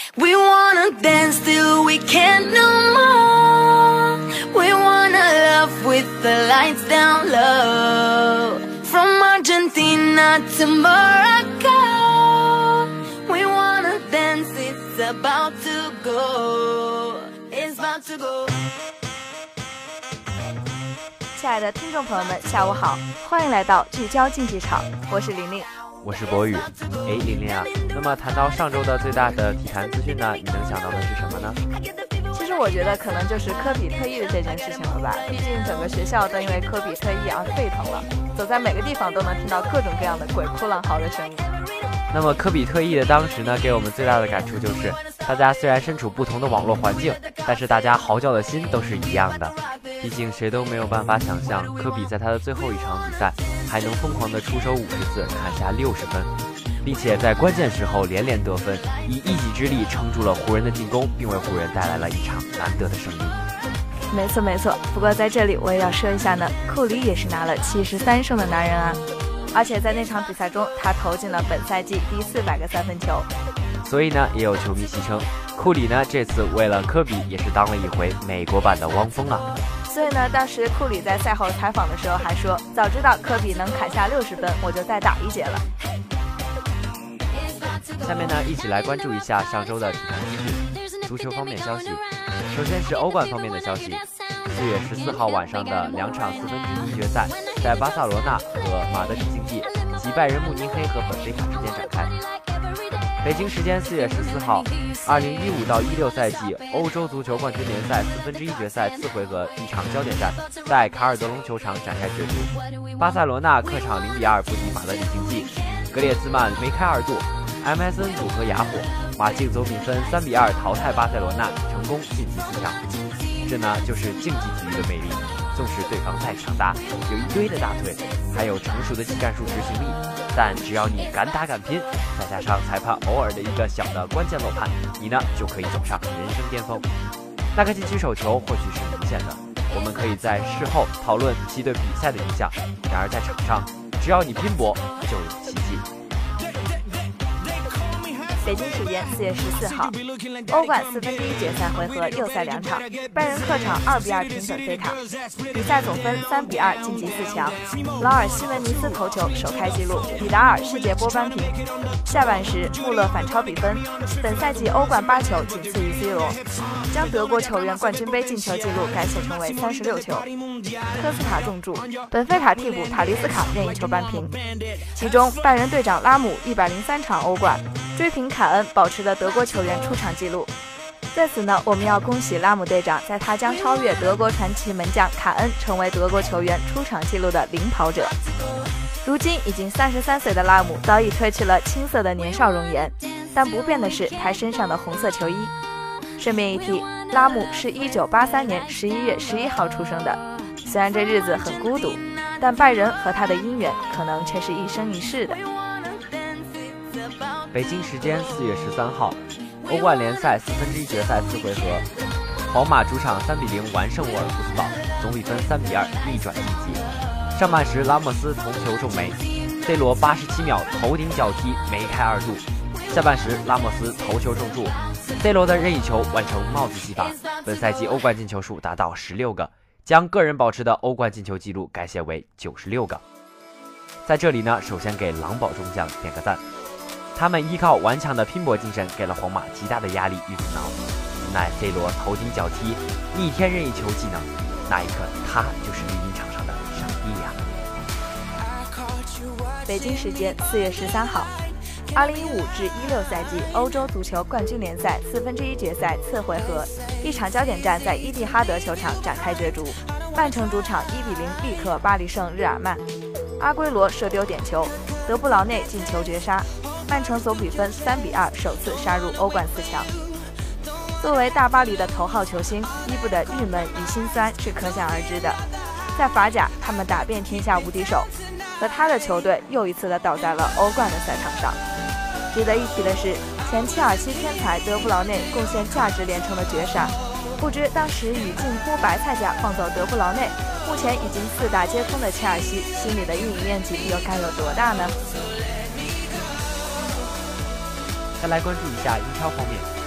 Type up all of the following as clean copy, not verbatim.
We wanna dance till we can't no more. We wanna love with the lights down low. From Argentina to Morocco, we wanna dance, it's about to go. It's about to go. 亲爱的听众朋友们，下午好，欢迎来到聚焦竞技场，我是玲玲， 我是博宇。玲玲啊，那么谈到上周的最大的体坛资讯呢，你能想到的是什么呢？ 其实我觉得可能就是科比退役的这件事情了吧，毕竟整个学校都因为科比退役而沸腾了，走在每个地方都能听到各种各样的鬼哭狼嚎的声音。 那么科比退役的当时呢，给我们最大的感触就是，大家虽然身处不同的网络环境，但是大家嚎叫的心都是一样的。毕竟谁都没有办法想象，科比在他的最后一场比赛还能疯狂的出手50次，砍下60分，并且在关键时候连连得分，以一己之力撑住了湖人的进攻，并为湖人带来了一场难得的胜利。 没错，不过在这里我也要说一下呢，库里也是拿了73胜的男人啊，而且在那场比赛中，他投进了本赛季第400个3分球。 所以呢，也有球迷戏称，库里呢这次为了科比也是当了一回美国版的汪峰啊。 所以呢，当时库里在赛后采访的时候还说，早知道科比能砍下60分，我就再打一节了。 下面呢，一起来关注一下上周的体坛资讯。足球方面消息，首先是欧冠方面的消息。4月14号晚上的2场1/4决赛，在巴塞罗那和马德里竞技及拜仁慕尼黑和本菲卡之间展开。北京时间4月14号，2015到16赛季欧洲足球冠军联赛1/4决赛次回合一场焦点战，在卡尔德隆球场展开角逐。巴塞罗那客场0-2不敌马德里竞技，格列兹曼梅开2度。MSN 组合哑火，马竞走比分3-2淘汰巴塞罗那，成功晋级4强。这呢就是竞技体育的魅力，纵使对方再强大，有一堆的大腿，还有成熟的技战术执行力，但只要你敢打敢拼，再加上裁判偶尔的一个小的关键漏判，你呢就可以走上人生巅峰。那个禁区手球或许是明显的，我们可以在事后讨论其对比赛的影响，然而在场上，只要你拼搏，就有奇迹。 北京时间4月14号，欧冠1/4决赛回合又赛2场，拜仁客场2-2平本菲卡，比赛总分3-2晋级4强。劳尔西门尼斯头球首开纪录，比达尔世界波扳平。下半时，穆勒反超比分，本赛季欧冠8球仅次于 C 罗，将德国球员冠军杯进球纪录改写成为36球。科斯塔重注，本菲卡替补塔利斯卡任意球扳平。其中，拜仁队长拉姆103场欧冠，追平凯恩保持了德国球员出场纪录。在此呢，我们要恭喜拉姆队长，在他将超越德国传奇门将凯恩，成为德国球员出场纪录的领跑者。如今已经33岁的拉姆早已褪去了青涩的年少容颜，但不变的是他身上的红色球衣。顺便一提，拉姆是1983年11月11号出生的。虽然这日子很孤独，但拜仁和他的姻缘可能却是一生一世的。 北京时间4月13号，欧冠联赛1/4决赛次回合，皇马主场3-0完胜沃尔夫斯堡，总比分3-2逆转晋级。上半时拉莫斯头球中梅，C 罗87秒头顶脚踢梅开2度。下半时拉莫斯头球中柱，C 罗的任意球完成帽子戏法，本赛季欧冠进球数达到16个，将个人保持的欧冠进球纪录改写为96个。在这里呢，首先给狼堡中将点个赞。他们依靠顽强的拼搏精神，给了皇马极大的压力与阻挠。奈 C 罗头顶脚踢逆天任意球技能，那一刻他就是绿茵场上的上帝呀！ 北京时间4月13号，2015至16赛季欧洲足球冠军联赛1/4决赛次回合，一场焦点战在伊蒂哈德球场展开角逐。曼城主场1-0力克巴黎圣日耳曼，阿圭罗射丢点球，德布劳内进球绝杀。曼城总比分3-2首次杀入欧冠4强。作为大巴黎的头号球星，伊布的郁闷与心酸是可想而知的。在法甲，他们打遍天下无敌手，和他的球队又一次的倒在了欧冠的赛场上。值得一提的是，前切尔西天才德布劳内贡献价值连城的绝杀，不知当时与近乎白菜价放走德布劳内，目前已经4大皆空的切尔西心里的阴影面积又该有多大呢？ 再来关注一下英超方面，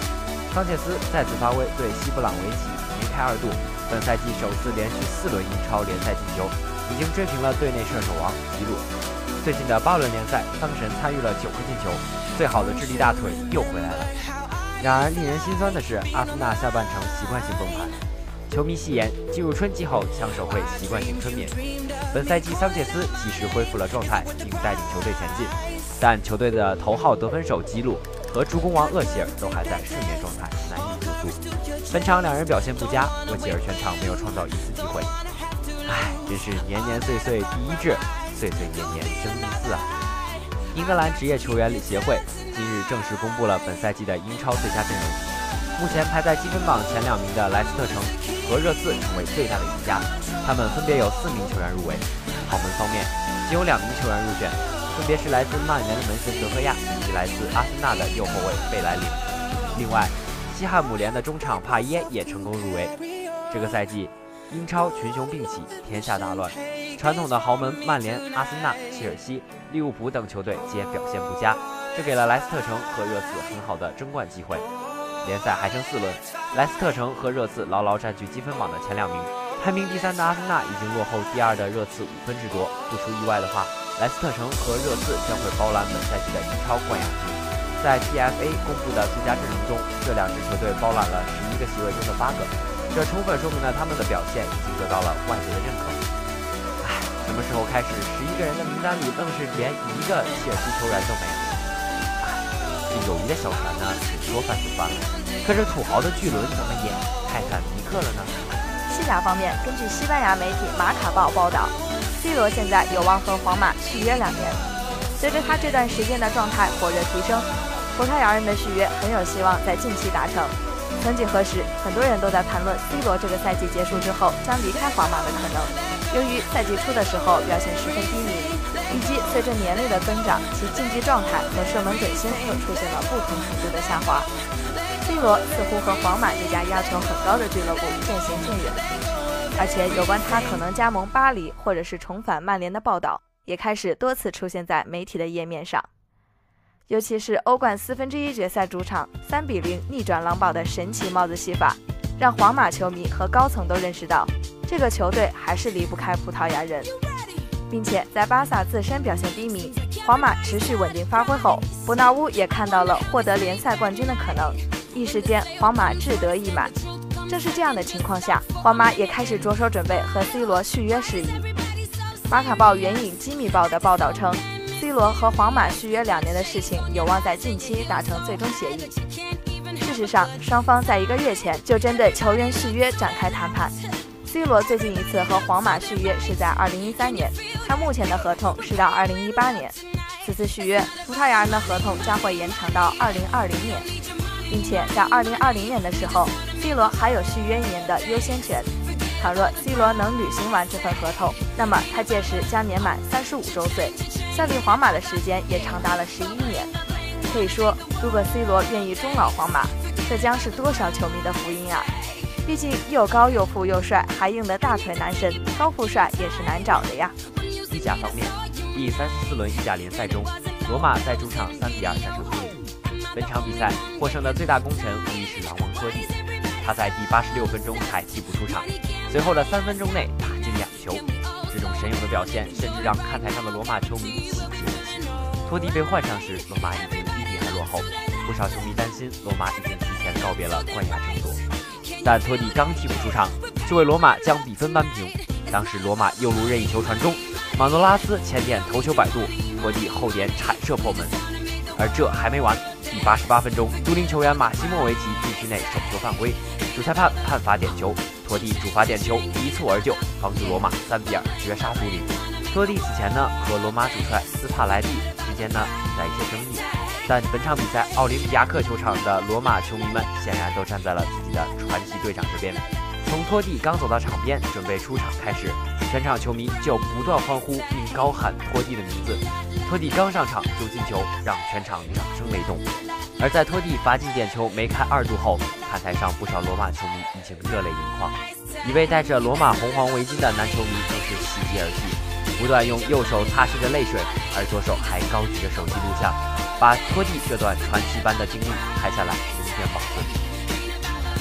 桑切斯再次发威，对西布朗维奇梅开2度，本赛季首次连续4轮英超联赛进球，已经追平了队内射手王纪录。最近的8轮联赛，桑神参与了9个进球，最好的智力大腿又回来了。然而令人心酸的是，阿森纳下半程习惯性崩盘。球迷戏言，进入春季后枪手会习惯性春眠。本赛季桑切斯及时恢复了状态，并带领球队前进，但球队的头号得分手基鲁和助攻王厄齐尔都还在睡眠状态，难以复苏。本场两人表现不佳，厄齐尔全场没有创造一丝机会。唉，真是年年岁岁第一至，岁岁年年争第4啊！英格兰职业球员协会今日正式公布了本赛季的英超最佳阵容。目前排在积分榜前2名的莱斯特城和热刺成为最大的赢家，他们分别有4名球员入围。豪门方面，仅有2名球员入选，分别是来自曼联的门神德赫亚以及来自阿森纳的右后卫贝莱林。另外，西汉姆联的中场帕耶也成功入围。这个赛季，英超群雄并起，天下大乱。传统的豪门曼联、阿森纳、切尔西、利物浦等球队皆表现不佳，这给了莱斯特城和热刺很好的争冠机会。联赛还剩4轮，莱斯特城和热刺牢牢占据积分榜的前2名，排名第3的阿森纳已经落后第2的热刺5分之多。不出意外的话，莱斯特城和热刺将会包揽本赛季的英超冠亚军。在 TFA 公布的最佳阵容中，这2支球队包揽了11个席位中的8个，这充分说明了他们的表现已经得到了外界的认可。什么时候开始11个人的名单里愣是连1个切尔西球员都没有？这友谊的小船呢，说翻就翻了。可是土豪的巨轮怎么演泰坦尼克了呢？ 西甲方面，根据西班牙媒体马卡报报道 ，C 罗现在有望和皇马续约2年。随着他这段时间的状态火热提升，葡萄牙人的续约很有希望在近期达成。曾几何时，很多人都在谈论 C 罗这个赛季结束之后将离开皇马的可能。由于赛季初的时候表现十分低迷，以及随着年龄的增长，其竞技状态和射门准心都出现了不同程度的下滑。C 罗似乎和皇马这家要求很高的俱乐部渐行渐远，而且有关他可能加盟巴黎或者是重返曼联的报道也开始多次出现在媒体的页面上。尤其是欧冠1/4决赛主场3-0逆转狼堡的神奇帽子戏法，让皇马球迷和高层都认识到，这个球队还是离不开葡萄牙人。并且在巴萨自身表现低迷，皇马持续稳定发挥后，伯纳乌也看到了获得联赛冠军的可能，一时间皇马志得意满。正是这样的情况下，皇马也开始着手准备和 C 罗续约事宜。马卡报援引机密报的报道称，C 罗和皇马续约2年的事情有望在近期达成最终协议。事实上，双方在1个月前就针对球员续约展开谈判。C 罗最近一次和皇马续约是在2013年，他目前的合同是到2018年。此次续约，葡萄牙人的合同将会延长到2020年，并且在2020年的时候 ，C 罗还有续约1年的优先权。倘若 C 罗能履行完这份合同，那么他届时将年满35周岁，效力皇马的时间也长达了11年。可以说，如果 C 罗愿意终老皇马，这将是多少球迷的福音啊！毕竟又高又富又帅还硬的大腿男神，高富帅也是难找的呀。 意甲方面，第34轮意甲联赛中，罗马在主场3-2战胜托蒂。本场比赛获胜的最大功臣无疑是狼王托蒂，他在第86分钟才替补出场，随后的3分钟内打进2球。这种神勇的表现，甚至让看台上的罗马球迷喜极而泣。托蒂被换上时，罗马已经1比2落后，不少球迷担心罗马已经提前告别了冠亚争夺。但托蒂刚替补出场，就为罗马将比分扳平。当时罗马右路任意球传中，马诺拉斯前点头球摆渡，托蒂后点铲射破门。而这还没完，第88分钟，都灵球员马西莫维奇禁区内手球犯规，主裁判判罚点球，托蒂主罚点球一蹴而就，帮助罗马3-2绝杀都灵。托蒂此前呢和罗马主帅斯帕莱蒂之间呢存在一些争议。但本场比赛，奥林匹亚克球场的罗马球迷们显然都站在了自己的传奇队长这边。从托蒂刚走到场边准备出场开始，全场球迷就不断欢呼并高喊托蒂的名字。托蒂刚上场就进球，让全场掌声雷动。而在托蒂罚进点球梅开2度后，看台上不少罗马球迷已经热泪盈眶。一位戴着罗马红黄围巾的男球迷更是喜极而泣，不断用右手擦拭着泪水，而左手还高举着手机录像，把托蒂这段传奇般的经历拍下来，留念保存。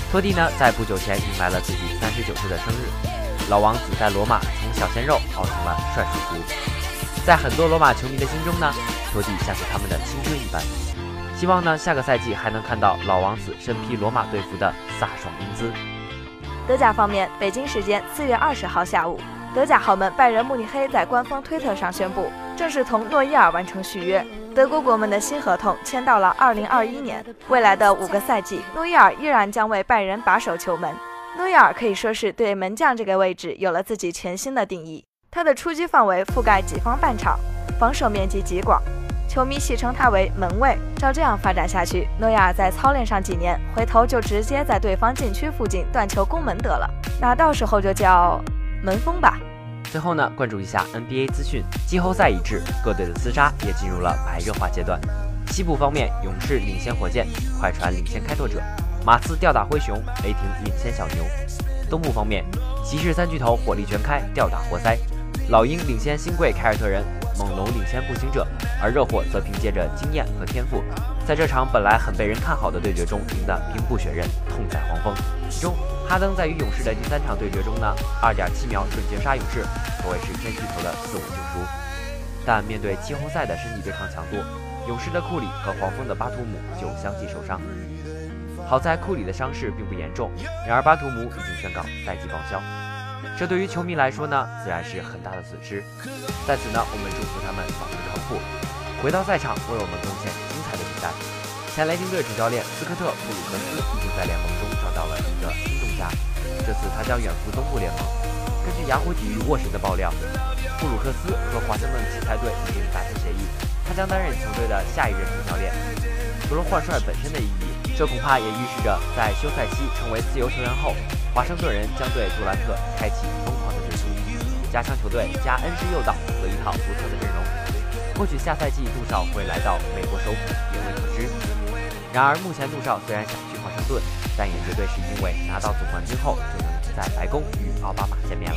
托蒂呢，在不久前迎来了自己39岁的生日。老王子在罗马从小鲜肉熬成了帅水壶，在很多罗马球迷的心中呢，托蒂像是他们的青春一般。希望呢，下个赛季还能看到老王子身披罗马队服的飒爽英姿。 德甲方面，北京时间4月20号下午，德甲豪门拜仁慕尼黑在官方推特上宣布，正式同诺伊尔完成续约。德国国门的新合同签到了2021年，未来的5个赛季，诺伊尔依然将为拜仁把守球门。诺伊尔可以说是对门将这个位置有了自己全新的定义，他的出击范围覆盖己方半场，防守面积极广，球迷戏称他为门卫。照这样发展下去，诺伊尔在操练上几年，回头就直接在对方禁区附近断球攻门得了，那到时候就叫门锋吧。 最后呢，关注一下 NBA 资讯，季后赛已至，各队的厮杀也进入了白热化阶段。西部方面，勇士领先火箭，快船领先开拓者，马刺吊打灰熊，雷霆领先小牛。东部方面，骑士3巨头火力全开，吊打活塞，老鹰领先新贵凯尔特人，猛龙领先步行者，而热火则凭借着经验和天赋，在这场本来很被人看好的对决中赢得兵不血刃，痛宰黄蜂。其中，哈登在与勇士的第3场对决中呢，2.7秒准绝杀勇士，可谓是天巨头的4-5救赎。但面对季后赛的身体对抗强度，勇士的库里和黄蜂的巴图姆就相继受伤。好在库里的伤势并不严重，然而巴图姆已经宣告赛季报销。这对于球迷来说呢，自然是很大的损失。在此呢，我们祝福他们早日康复，回到赛场为我们贡献精彩的比赛。前雷霆队主教练斯科特·布鲁克斯已经在联盟中找到了一个新东家，这次他将远赴东部联盟。根据雅虎体育沃什的爆料，布鲁克斯和华盛顿奇才队已经达成协议，他将担任球队的下一任主教练。除了换帅本身的意义，这恐怕也预示着在休赛期成为自由球员后，华盛顿人将对杜兰特开启疯狂的追逐，加强球队加恩师诱导和一套独特的阵容。或许下赛季杜少会来到美国首府也未可知。然而目前杜少虽然想去华盛顿，但也绝对是因为拿到总冠军后就能在白宫与奥巴马见面了。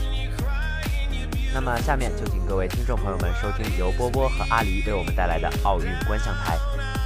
那么下面就请各位听众朋友们收听由波波和阿狸为我们带来的奥运观象台。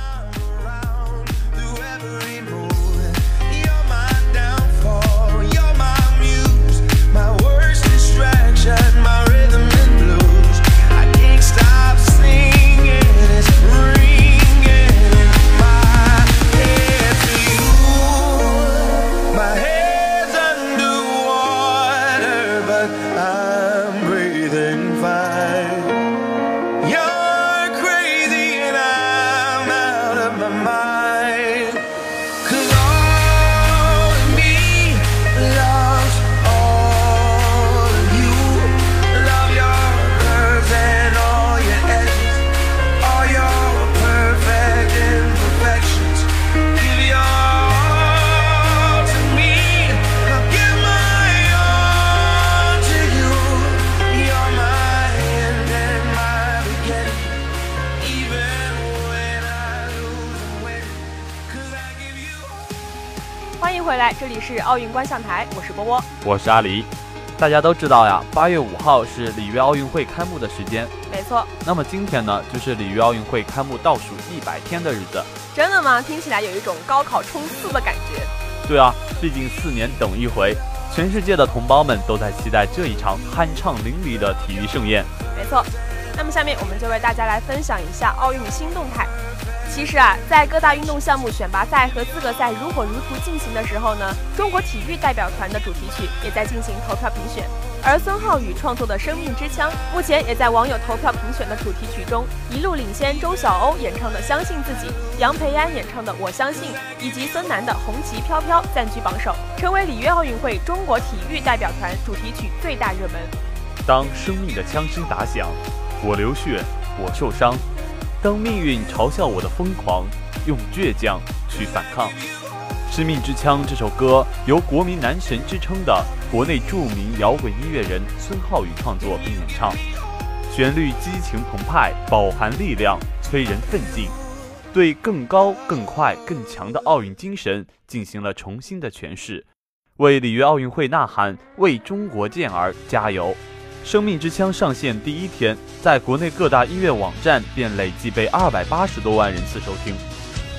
欢迎回来，这里是奥运观象台，我是波波， 我是阿狸。大家都知道呀，8月5号是里约奥运会开幕的时间。 没错。 那么今天呢，就是里约奥运会开幕倒数100天的日子。 真的吗？听起来有一种高考冲刺的感觉。 对啊，毕竟4年等一回，全世界的同胞们都在期待这一场酣畅淋漓的体育盛宴。 没错。那么下面我们就为大家来分享一下奥运新动态。其实啊，在各大运动项目选拔赛和资格赛如火如荼进行的时候呢，中国体育代表团的主题曲也在进行投票评选。而孙浩宇创作的《生命之枪》目前也在网友投票评选的主题曲中一路领先周晓鸥演唱的《相信自己》，杨培安演唱的《我相信》，以及孙楠的《红旗飘飘》暂居榜首，成为里约奥运会中国体育代表团主题曲最大热门。 当生命的枪声打响，我流血，我受伤。当命运嘲笑我的疯狂，用倔强去反抗。《生命之枪》这首歌由国民男神之称的国内著名摇滚音乐人孙浩宇创作并演唱，旋律激情澎湃，饱含力量，催人奋进，对更高、更快、更强的奥运精神进行了重新的诠释，为里约奥运会呐喊，为中国健儿加油。生命之枪上线第一天，在国内各大音乐网站便累计被280多万人次收听。 更有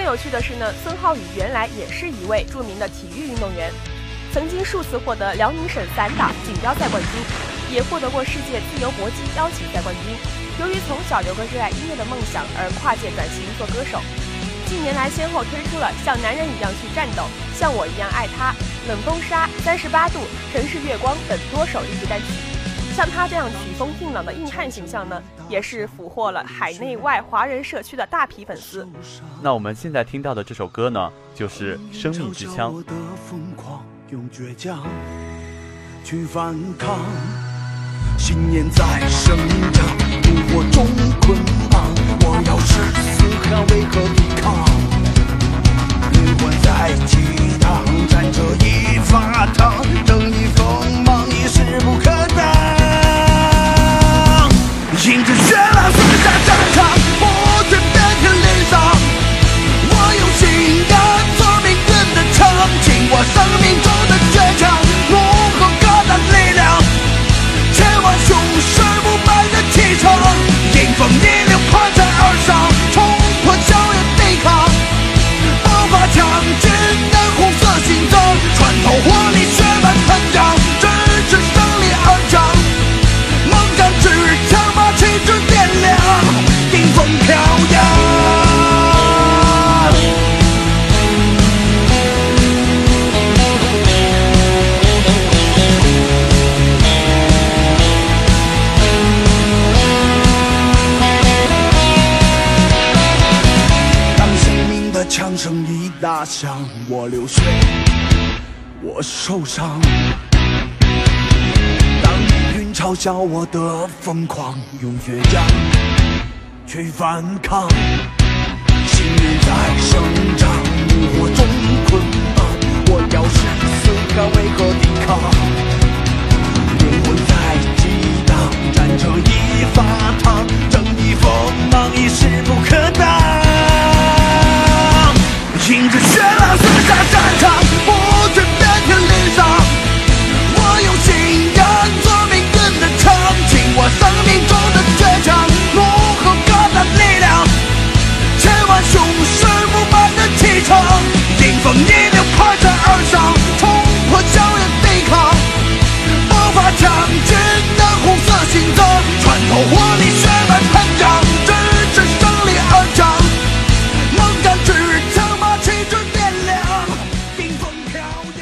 有趣的是呢，孙浩宇原来也是一位著名的体育运动员，曾经数次获得辽宁省散打锦标赛冠军，也获得过世界自由搏击邀请赛冠军。由于从小有个热爱音乐的梦想而跨界转型做歌手，近年来先后推出了像男人一样去战斗、像我一样爱他、冷风沙、38度、城市月光等多首励志单曲。像他这样曲风硬朗的硬汉形象呢，也是俘获了海内外华人社区的大批粉丝。 那我们现在听到的这首歌呢，就是《生命之枪》。 用倔强去反抗，信念在生长，怒火中捆绑，我要誓死捍卫和抵抗，灵魂在激荡，战者已发烫，正义锋芒已势不可挡，迎着血浪撕下战场，不惧遍体鳞伤，我用信仰做命运的场景，我生命中的倔强，怒和高大力量，千万雄狮不败的气场，迎风逆流破绽而上，冲破硝烟抵抗，爆发强劲的红色心脏，穿透火力血脉喷张，直至胜利而长，猛敢持枪把旗帜点亮，迎风飘扬。枪声一打响，我流血，我受伤。当命运嘲笑我的疯狂，用倔强去反抗，信念在生长，怒火中捆绑，我要誓死捍卫和抵抗，灵魂在激荡，战车已发烫，正义锋芒已势不可挡，迎着血浪撕下战场，不惧遍体鳞伤，我用信仰做命运的场景，我生命中的倔强，怒和高大力量，千万雄狮不败的气场，迎风逆流破绽而上，冲破硝烟抵抗，爆发强劲的红色心脏，穿透火力血脉喷张，直至胜利而长，猛敢持枪把旗帜点亮，迎风飘扬。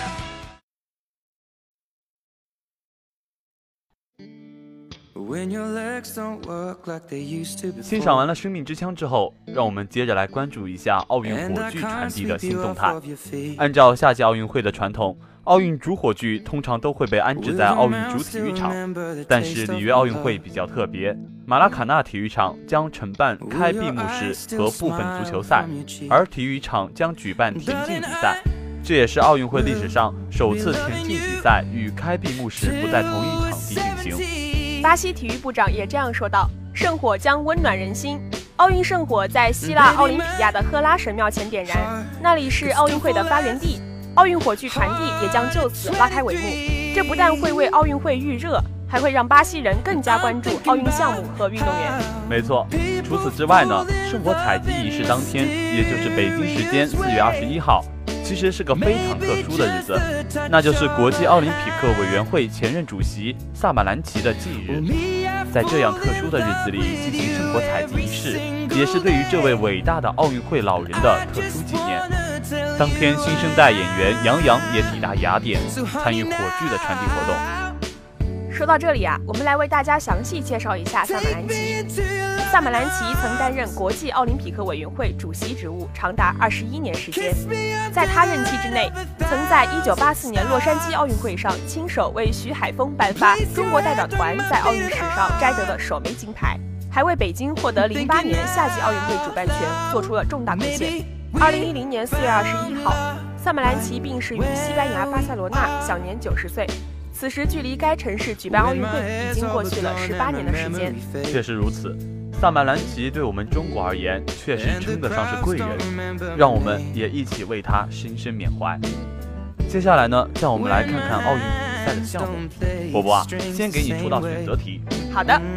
欣赏完了《生命之枪》之后，让我们接着来关注一下奥运火炬传递的新动态。按照夏季奥运会的传统，奥运主火炬通常都会被安置在奥运主体育场，但是里约奥运会比较特别，马拉卡纳体育场将承办开闭幕式和部分足球赛，而体育场将举办田径比赛。这也是奥运会历史上首次田径比赛与开闭幕式不在同一场地进行。 巴西体育部长也这样说道：“圣火将温暖人心。”奥运圣火在希腊奥林匹亚的赫拉神庙前点燃，那里是奥运会的发源地。奥运火炬传递也将就此拉开帷幕。这不但会为奥运会预热，还会让巴西人更加关注奥运项目和运动员。 没错，除此之外呢，圣火采集仪式当天，也就是北京时间4月21号。其实是个非常特殊的日子，那就是国际奥林匹克委员会前任主席萨马兰奇的忌日。在这样特殊的日子里进行圣火采集仪式，也是对于这位伟大的奥运会老人的特殊纪念。当天，新生代演员杨洋也抵达雅典，参与火炬的传递活动。 说到这里啊，我们来为大家详细介绍一下萨马兰奇。萨马兰奇曾担任国际奥林匹克委员会主席职务长达21年时间，在他任期之内，曾在1984年洛杉矶奥运会上亲手为徐海峰颁发中国代表团在奥运史上摘得的首枚金牌，还为北京获得08年夏季奥运会主办权做出了重大贡献。2010年4月21号，萨马兰奇病逝于西班牙巴塞罗那，享年90岁。此时距离该城市举办奥运会已经过去了18年的时间。 确实如此，萨马兰奇对我们中国而言确实称得上是贵人，让我们也一起为他深深缅怀。接下来呢，让我们来看看奥运比赛的项目。波波啊，先给你出道选择题。 好的，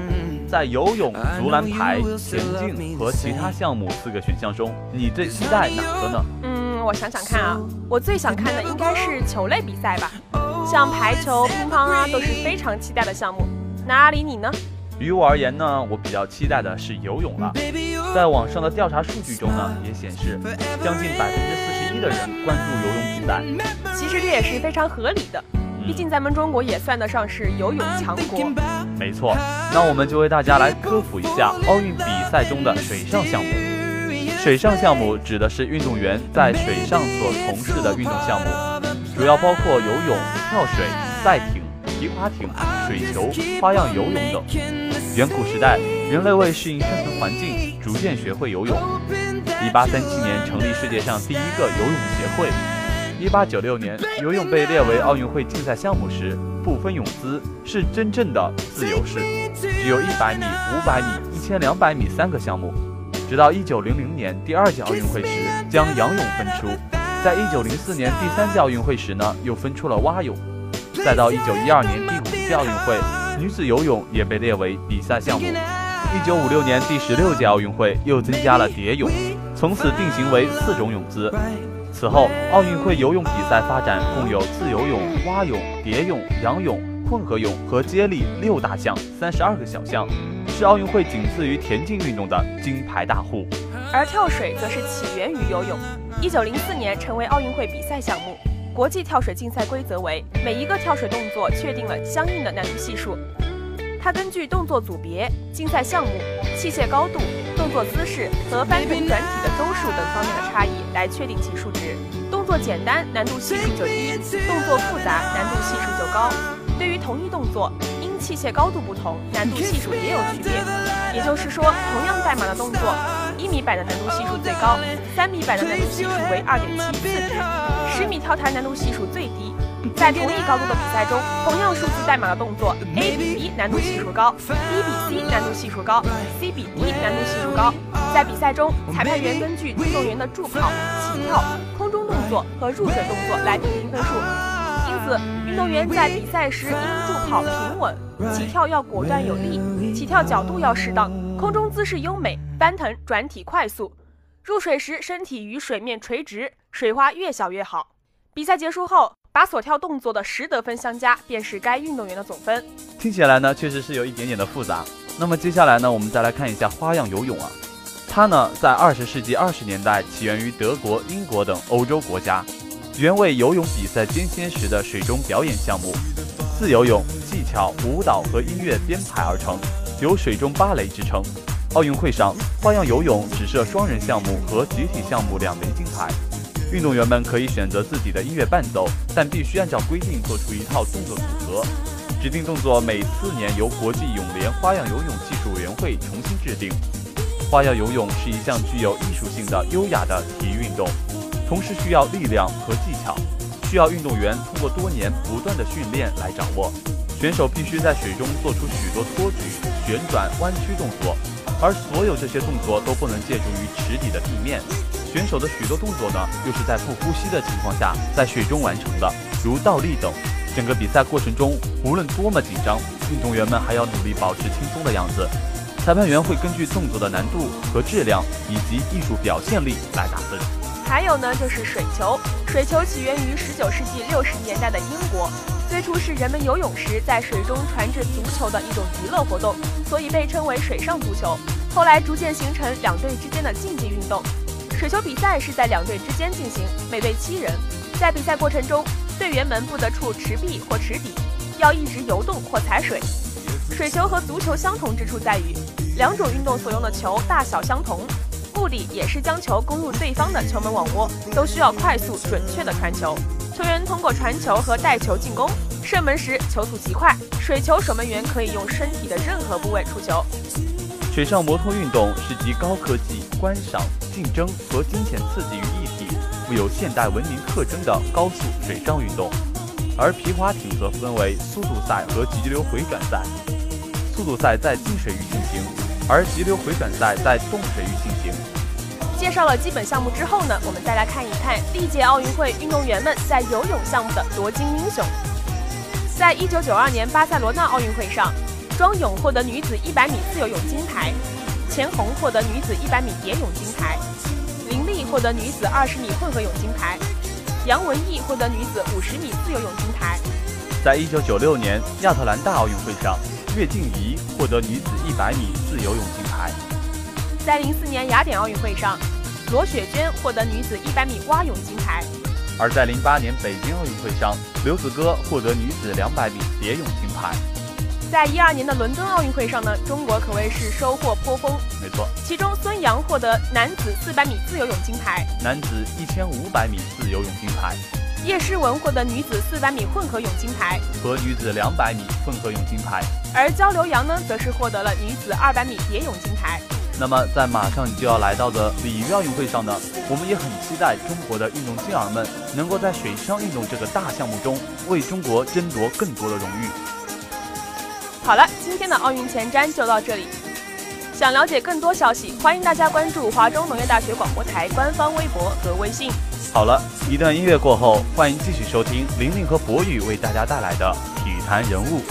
在游泳、足篮排、田径和其他项目4个选项中，你最期待哪个呢？ 我想想看啊，我最想看的应该是球类比赛吧，像排球、乒乓啊，都是非常期待的项目。那阿里你呢？ 于我而言呢，我比较期待的是游泳了。在网上的调查数据中呢，也显示将近41%的人关注游泳比赛。 其实这也是非常合理的，毕竟咱们中国也算得上是游泳强国。 没错，那我们就为大家来科普一下奥运比赛中的水上项目。水上项目指的是运动员在水上所从事的运动项目，主要包括游泳、跳水、赛艇、皮划艇、水球、花样游泳等。远古时代，人类为适应生存环境，逐渐学会游泳。1837年成立世界上第一个游泳协会。1896年，游泳被列为奥运会竞赛项目时，不分泳姿，是真正的自由式，只有100米、500米、1200米3个项目。直到1900年第2届奥运会时，将仰泳分出。在1904年第3届奥运会时呢，又分出了蛙泳。再到1912年第5届奥运会，女子游泳也被列为比赛项目。1956年第16届奥运会又增加了蝶泳，从此定型为4种泳姿。此后，奥运会游泳比赛发展共有自由泳、蛙泳、蝶泳、仰泳、混合泳和接力6大项，32个小项，是奥运会仅次于田径运动的金牌大户。 而跳水则是起源于游泳，1904年成为奥运会比赛项目。国际跳水竞赛规则为每一个跳水动作确定了相应的难度系数，它根据动作组别、竞赛项目、器械高度、动作姿势和翻腾转体的周数等方面的差异来确定其数值。动作简单，难度系数就低；动作复杂，难度系数就高。对于同一动作，因器械高度不同，难度系数也有区别。也就是说，同样代码的动作，1米板的难度系数最高，3米板的难度系数为2.7次值，10米跳台难度系数最低。在同一高度的比赛中，同样数字代码的动作 A 比 B 难度系数高， B 比 C 难度系数高， C 比 D 难度系数高。在比赛中，裁判员根据运动员的助跑、起跳、空中动作和入水动作来评定分数。因此，运动员在比赛时应助跑平稳，起跳要果断有力，起跳角度要适当，空中姿势优美，翻腾转体快速。入水时身体与水面垂直，水花越小越好。比赛结束后，把所跳动作的10得分相加，便是该运动员的总分。 听起来呢，确实是有一点点的复杂。那么接下来呢，我们再来看一下花样游泳啊。它呢，在20世纪20年代起源于德国、英国等欧洲国家，原为游泳比赛间歇时的水中表演项目。自由泳技巧、舞蹈和音乐编排而成，有水中芭蕾之称。奥运会上，花样游泳只设双人项目和集体项目2枚金牌。运动员们可以选择自己的音乐伴奏，但必须按照规定做出一套动作组合。指定动作每4年由国际泳联花样游泳技术委员会重新制定。花样游泳是一项具有艺术性的优雅的体育运动，同时需要力量和技巧，需要运动员通过多年不断的训练来掌握。选手必须在水中做出许多托举、旋转、弯曲动作，而所有这些动作都不能借助于池底的地面。选手的许多动作呢，又是在不呼吸的情况下在水中完成的，如倒立等。整个比赛过程中，无论多么紧张，运动员们还要努力保持轻松的样子。裁判员会根据动作的难度和质量以及艺术表现力来打分。 还有呢，就是水球。水球起源于19世纪60年代的英国，最初是人们游泳时在水中传着足球的一种娱乐活动，所以被称为水上足球。后来逐渐形成2队之间的竞技运动。水球比赛是在2队之间进行，每队7人。在比赛过程中，队员们不得触池壁或池底，要一直游动或踩水。水球和足球相同之处在于，2种运动所用的球大小相同，目的也是将球攻入对方的球门网窝，都需要快速准确的传球。球员通过传球和带球进攻，射门时球速极快。水球守门员可以用身体的任何部位触球。 水上摩托运动是集高科技、观赏、竞争和金钱刺激于一体，富有现代文明特征的高速水上运动。而皮划艇则分为速度赛和急流回转赛。速度赛在静水域进行，而急流回转赛在动水域进行。 介绍了基本项目之后呢，我们再来看一看历届奥运会运动员们在游泳项目的夺金英雄。在1992年巴塞罗那奥运会上， 庄勇获得女子100米自由泳金牌，钱红获得女子100米蝶泳金牌，林丽获得女子20米混合泳金牌，杨文艺获得女子50米自由泳金牌。 在1996年亚特兰大奥运会上，岳静怡获得女子100米自由泳金牌。 在04年雅典奥运会上，罗雪娟获得女子100米蛙泳金牌。 而在08年北京奥运会上，刘子歌获得女子200米蝶泳金牌。 在12年的伦敦奥运会上呢，中国可谓是收获颇丰。 没错， 其中孙杨获得男子400米自由泳金牌， 男子1500米自由泳金牌， 叶诗文获得女子400米混合泳金牌和女子200米混合泳金牌。 而焦刘洋呢，则是获得了女子200米蝶泳金牌。 那么在马上就要来到的里约奥运会上呢，我们也很期待中国的运动健儿们能够在水上运动这个大项目中为中国争夺更多的荣誉。 好了，今天的奥运前瞻就到这里。想了解更多消息，欢迎大家关注华中农业大学广播台官方微博和微信。 好了，一段音乐过后，欢迎继续收听玲玲和博宇为大家带来的体坛人物。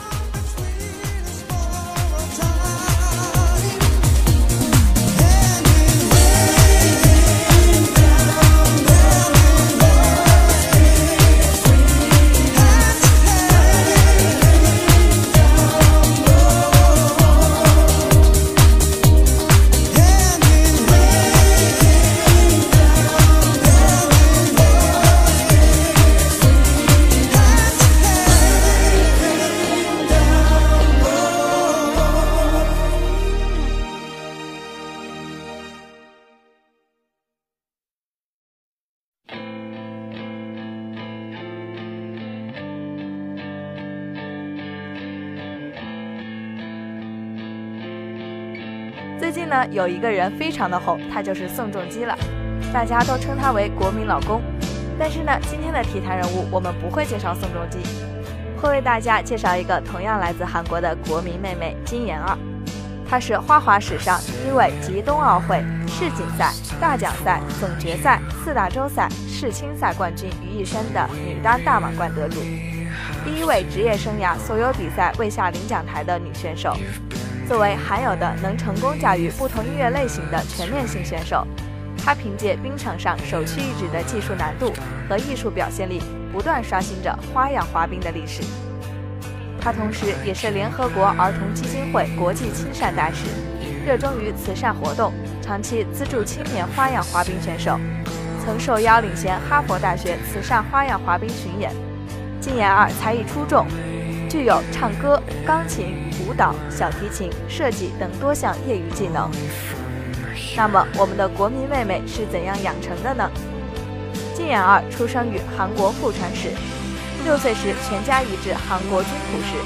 最近呢，有一个人非常的红，他就是宋仲基了，大家都称他为国民老公。但是呢，今天的体坛人物我们不会介绍宋仲基，会为大家介绍一个同样来自韩国的国民妹妹金妍儿。她是花滑史上第一位集冬奥会、世锦赛、大奖赛、总决赛、4大洲赛、世青赛冠军于一身的女单大满贯得主，第一位职业生涯所有比赛未下领奖台的女选手。作为罕有的能成功驾驭不同音乐类型的全面性选手，她凭借冰场上首屈一指的技术难度和艺术表现力，不断刷新着花样滑冰的历史。她同时也是联合国儿童基金会国际亲善大使，热衷于慈善活动，长期资助青年花样滑冰选手，曾受邀领衔哈佛大学慈善花样滑冰巡演。金妍儿才艺出众，具有唱歌、钢琴、舞蹈、小提琴、设计等多项业余技能。那么我们的国民妹妹是怎样养成的呢？金妍儿出生于韩国富川市，6岁时全家移至韩国军浦市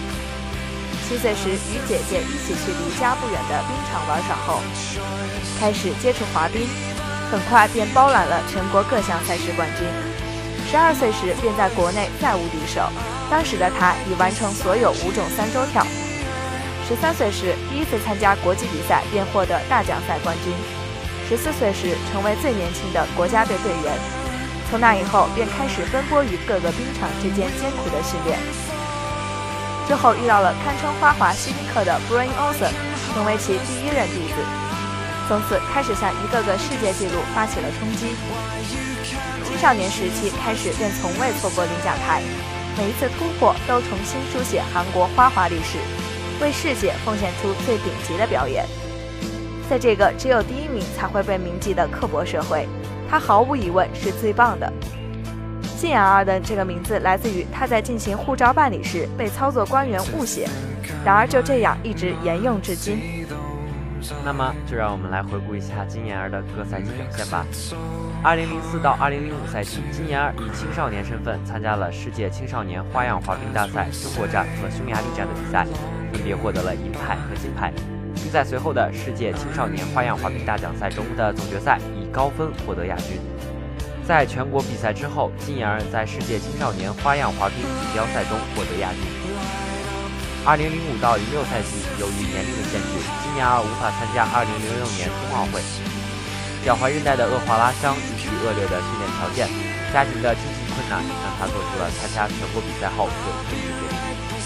，7岁时与姐姐一起去离家不远的冰场玩耍后，开始接触滑冰，很快便包揽了全国各项赛事冠军。12岁时便在国内再无敌手，当时的她已完成所有5种3周跳。13岁时第一次参加国际比赛，便获得大奖赛冠军。14岁时成为最年轻的国家队队员。从那以后便开始奔波于各个冰场之间艰苦的训练。之后遇到了堪称花滑希丁克的 Brian Olsen， 成为其第1任弟子，从此开始向一个个世界纪录发起了冲击。青少年时期开始便从未错过领奖台，每一次突破都重新书写韩国花滑历史，为世界奉献出最顶级的表演。在这个只有第1名才会被铭记的刻薄社会，她毫无疑问是最棒的。金妍儿的这个名字来自于她在进行护照办理时被操作官员误写，然而就这样一直沿用至今。 那么就让我们来回顾一下金妍儿的各赛季表现吧。2004到2005赛季，金妍儿以青少年身份参加了世界青少年花样滑冰大赛中国站和匈牙利站的比赛，分别获得了银牌和金牌，并在随后的世界青少年花样滑冰大奖赛中的总决赛以高分获得亚军。在全国比赛之后，金妍儿在世界青少年花样滑冰锦标赛中获得亚军。2005到06赛季，由于年龄的限制，金妍儿无法参加2006年冬奥会。脚踝韧带的恶化拉伤以及恶劣的训练条件，家庭的经济困难让她做出了参加全国比赛后就退役的决定。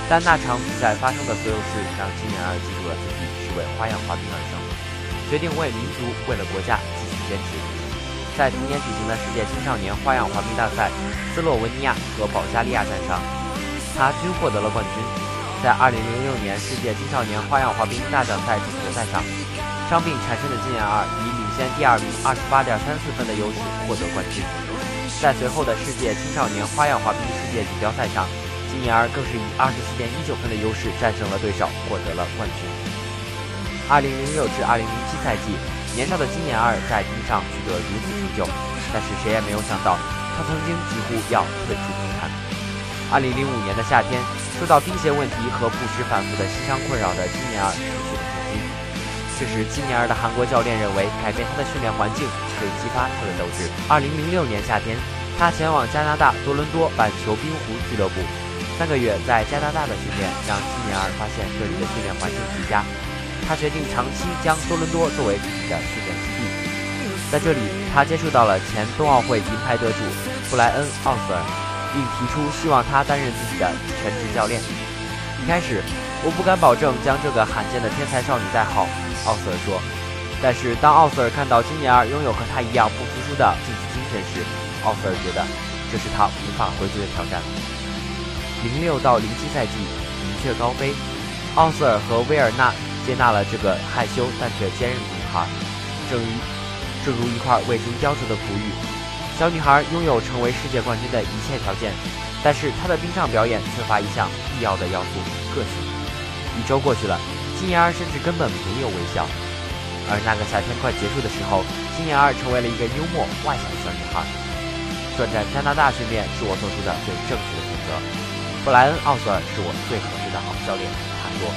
但那场比赛发生的所有事让金妍儿记住了自己是为花样滑冰而生，决定为民族、为了国家继续坚持。在同年举行的世界青少年花样滑冰大赛斯洛文尼亚和保加利亚站上，他均获得了冠军。在2006年世界青少年花样滑冰大奖赛总决赛上，伤病产生的金妍儿以领先第2名28.34分的优势获得冠军。在随后的世界青少年花样滑冰世界锦标赛上，金妍儿更是以24.19分的优势战胜了对手，获得了冠军。2006至2007赛季，年少的金妍儿在冰上取得如此成就，但是谁也没有想到，她曾经几乎要退出冰坛。2005年的夏天，受到冰鞋问题和不时反复的膝伤困扰的金妍儿失去了信心。这时，金妍儿的韩国教练认为改变她的训练环境可以激发她的斗志。2006年夏天，她前往加拿大多伦多板球冰壶俱乐部。3个月在加拿大的训练让金妍儿发现这里的训练环境极佳，她决定长期将多伦多作为自己的训练基地。在这里，她接触到了前冬奥会银牌得主布莱恩·奥瑟尔，并提出希望他担任自己的全职教练。一开始，我不敢保证将这个罕见的天才少女带好，奥瑟尔说。但是当奥瑟尔看到金妍儿拥有和他一样不服输的竞技精神时，奥瑟尔觉得这是他无法回绝的挑战。06到07赛季，云雀高飞，奥瑟尔和威尔纳接纳了这个害羞但却坚韧的女孩，正如一块未经雕琢的璞玉。小女孩拥有成为世界冠军的一切条件，但是她的冰上表演缺乏一项必要的要素——个性。1周过去了，金妍儿甚至根本没有微笑。而那个夏天快结束的时候，金妍儿成为了一个幽默外向的小女孩。转战加拿大训练是我做出的最正确的选择。布莱恩·奥瑟尔是我最合适的好教练，他说。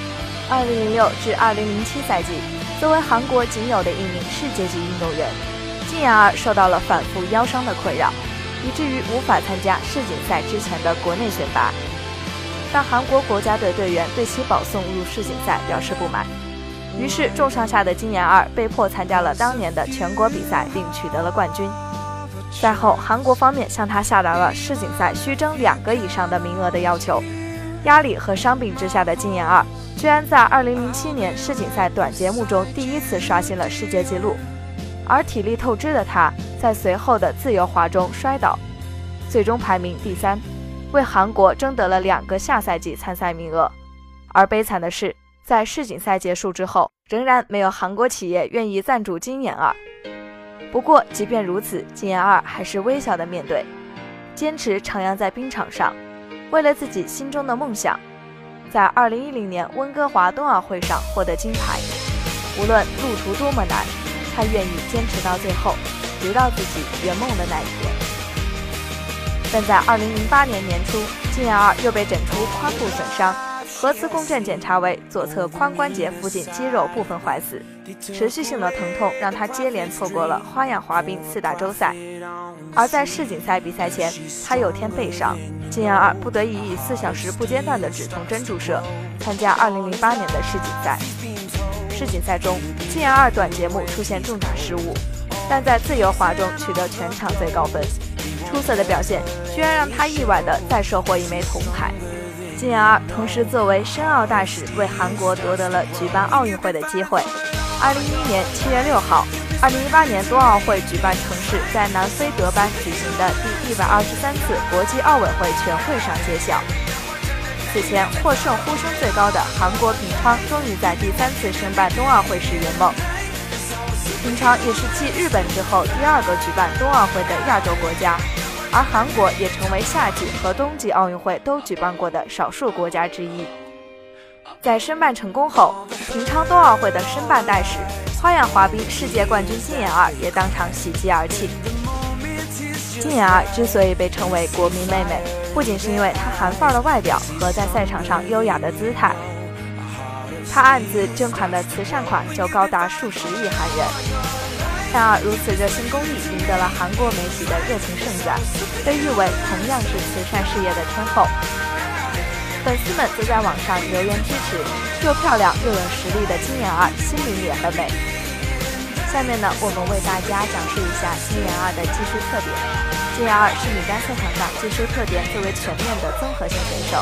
2006至2007赛季，作为韩国仅有的一名世界级运动员，金妍儿受到了反复腰伤的困扰，以至于无法参加世锦赛之前的国内选拔。但韩国国家队队员对其保送入世锦赛表示不满，于是重伤下的金妍儿被迫参加了当年的全国比赛，并取得了冠军。赛后，韩国方面向他下达了世锦赛需争2个以上的名额的要求。压力和伤病之下的金妍儿居然在2007年世锦赛短节目中第一次刷新了世界纪录，而体力透支的他在随后的自由滑中摔倒，最终排名第3，为韩国争得了2个下赛季参赛名额。而悲惨的是，在世锦赛结束之后，仍然没有韩国企业愿意赞助金妍儿。不过即便如此，金妍儿还是微笑地面对，坚持徜徉在冰场上，为了自己心中的梦想，在2010年温哥华冬奥会上获得金牌。无论路途多么难，他愿意坚持到最后，直到自己圆梦的那一天。但在2008年年初，金妍儿又被诊出髋部损伤，核磁共振检查为左侧髋关节附近肌肉部分坏死，持续性的疼痛让他接连错过了花样滑冰4大洲赛。而在世锦赛比赛前，他有天背伤，金妍儿不得已以4小时不间断的止痛针注射参加2008年的世锦赛。世锦赛中，金妍儿短节目出现重大失误，但在自由滑中取得全场最高分。出色的表现居然让他意外地再收获1枚铜牌。金妍儿同时作为申奥大使，为韩国夺得了举办奥运会的机会。2011年7月6号，2018年冬奥会举办城市在南非德班举行的第123次国际奥委会全会上揭晓。此前获胜呼声最高的韩国平昌终于在第3次申办冬奥会时圆梦。平昌也是继日本之后第2个举办冬奥会的亚洲国家，而韩国也成为夏季和冬季奥运会都举办过的少数国家之一。在申办成功后，平昌冬奥会的申办代使、花样滑冰世界冠军金妍儿也当场喜极而泣。金妍儿之所以被称为国民妹妹，不仅是因为她韩范儿的外表和在赛场上优雅的姿态，她暗自捐款的慈善款就高达数十亿韩元。然而，如此热心公益赢得了韩国媒体的热情盛赞，被誉为同样是慈善事业的天后。粉丝们则在网上留言支持又漂亮又有实力的金妍儿，心灵也很美。下面呢，我们为大家讲述一下金妍儿的技术特点。金妍儿是米杆赛场上技术特点最为全面的综合性选手。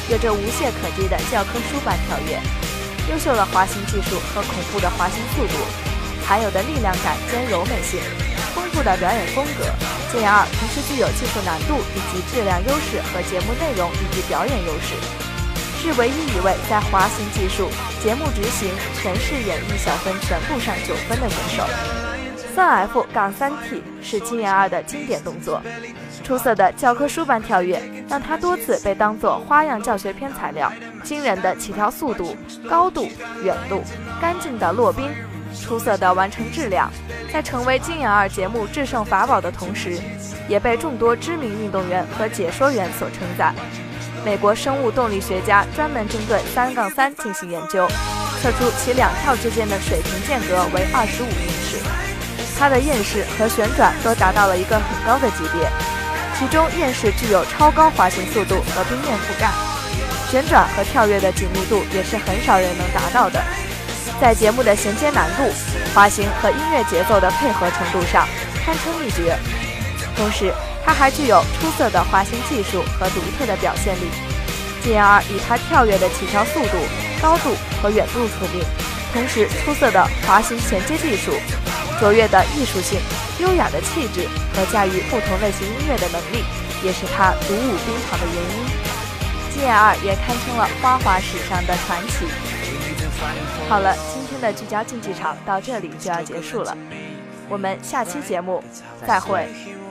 有着无懈可击的教科书般跳跃，优秀的滑行技术和恐怖的滑行速度，还有的力量感兼柔美性，丰富的表演风格。JR 同时具有技术难度以及质量优势和节目内容以及表演优势，是唯一一位在滑行技术、节目执行、诠释演绎小分全部上9分的选手。3F-3T 是金妍儿的经典动作，出色的教科书般跳跃让她多次被当作花样教学片材料。惊人的起跳速度、高度、远度，干净的落冰，出色的完成质量，在成为金妍儿节目制胜法宝的同时，也被众多知名运动员和解说员所称赞。美国生物动力学家专门针对3-3进行研究，测出其2跳之间的水平间隔为25英尺。它的燕式和旋转都达到了一个很高的级别，其中燕式具有超高滑行速度和冰面覆盖，旋转和跳跃的紧密度也是很少人能达到的。在节目的衔接难度、滑行和音乐节奏的配合程度上堪称一绝，同时它还具有出色的滑行技术和独特的表现力。金妍儿以她跳跃的起跳速度、高度和远度出名，同时出色的滑行衔接技术、卓越的艺术性、优雅的气质和驾驭不同类型音乐的能力，也是她独舞冰场的原因。金妍儿也堪称了花滑史上的传奇。好了，今天的聚焦竞技场到这里就要结束了，我们下期节目再会。